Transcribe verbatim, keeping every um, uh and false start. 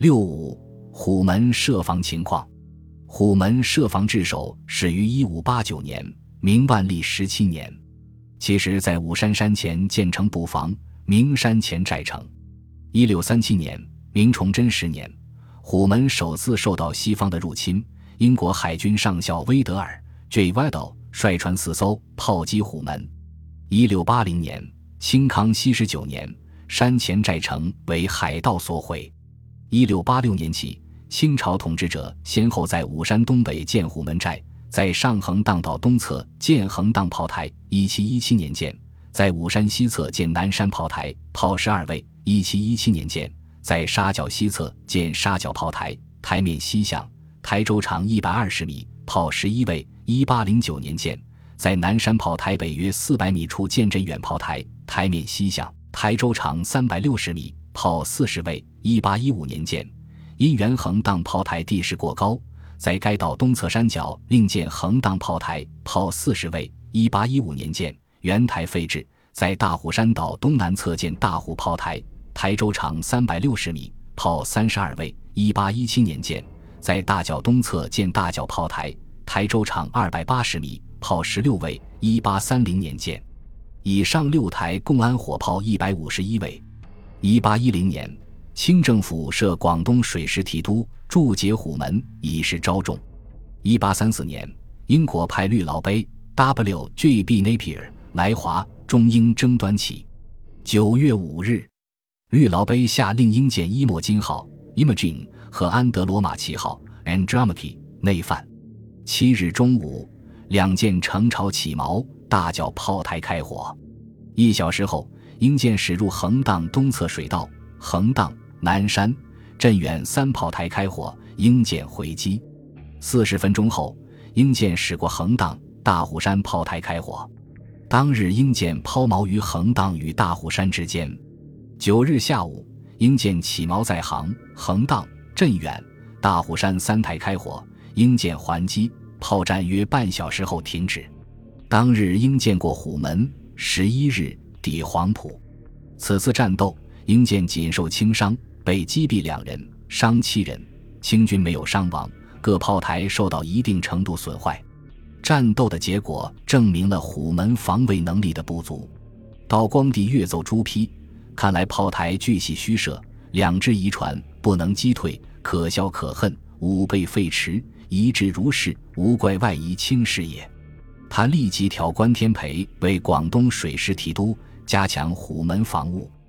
六五虎门设防情况。虎门设防治守始于一五八九年，明万历十七年。其实在武山山前建成布防，明山前寨城。一六三七年，明崇祯十年，虎门首次受到西方的入侵，英国海军上校威德尔 J. Weddell 率船四艘炮击虎门。一六八零年，清康熙十九年，山前寨城为海盗所毁。一六八六年起，清朝统治者先后在武山东北建虎门寨，在上横荡道东侧建横荡炮台，一七一七年建；在武山西侧建南山炮台，炮十二位，一七一七年建；在沙角西侧建沙角炮台，台面西向，台周长一百二十米，炮十一位，一八零九年建；在南山炮台北约四百米处建镇远炮台，台面西向，台周长三百六十米，炮四十位，一八一五年建。因原横荡炮台地势过高，在该道东侧山脚另建横荡炮台，炮四十位，一八一五年建。原台废置，在大虎山道东南侧建大虎炮台，台周长三百六十米，炮三十二位，一八一七年建。在大角东侧建大角炮台，台周长二百八十米，炮十六位，一八三零年建。以上六台共安火炮一百五十一位。一八一零年，清政府设广东水师提督，驻节虎门，以示昭重。一八三四年，英国派绿老杯 W J B Napier 来华，中英争端起。九月五日，绿老杯下令英舰伊莫金号 Imogen 和安德罗马奇号 Andromache 内犯。七日中午，两舰乘潮起锚，大角炮台开火。一小时后，英舰驶入横荡东侧水道，横荡、南山、镇远三炮台开火，英舰回击。四十分钟后，英舰驶过横荡、大虎山炮台开火。当日英舰抛锚于横荡与大虎山之间。九日下午，英舰起锚在杭、横荡、镇远、大虎山三台开火，英舰还击，炮战约半小时后停止。当日英舰过虎门，十一日抵黄埔。此次战斗，英舰仅受轻伤，被击毙两人，伤七人，清军没有伤亡，各炮台受到一定程度损坏。战斗的结果证明了虎门防卫能力的不足。道光帝阅奏朱批，看来炮台巨细虚设，两只遗传不能击退，可笑可恨，吾辈废弛，遗之如是，无怪外夷轻视也。他立即调关天培为广东水师提督，加强虎门防务。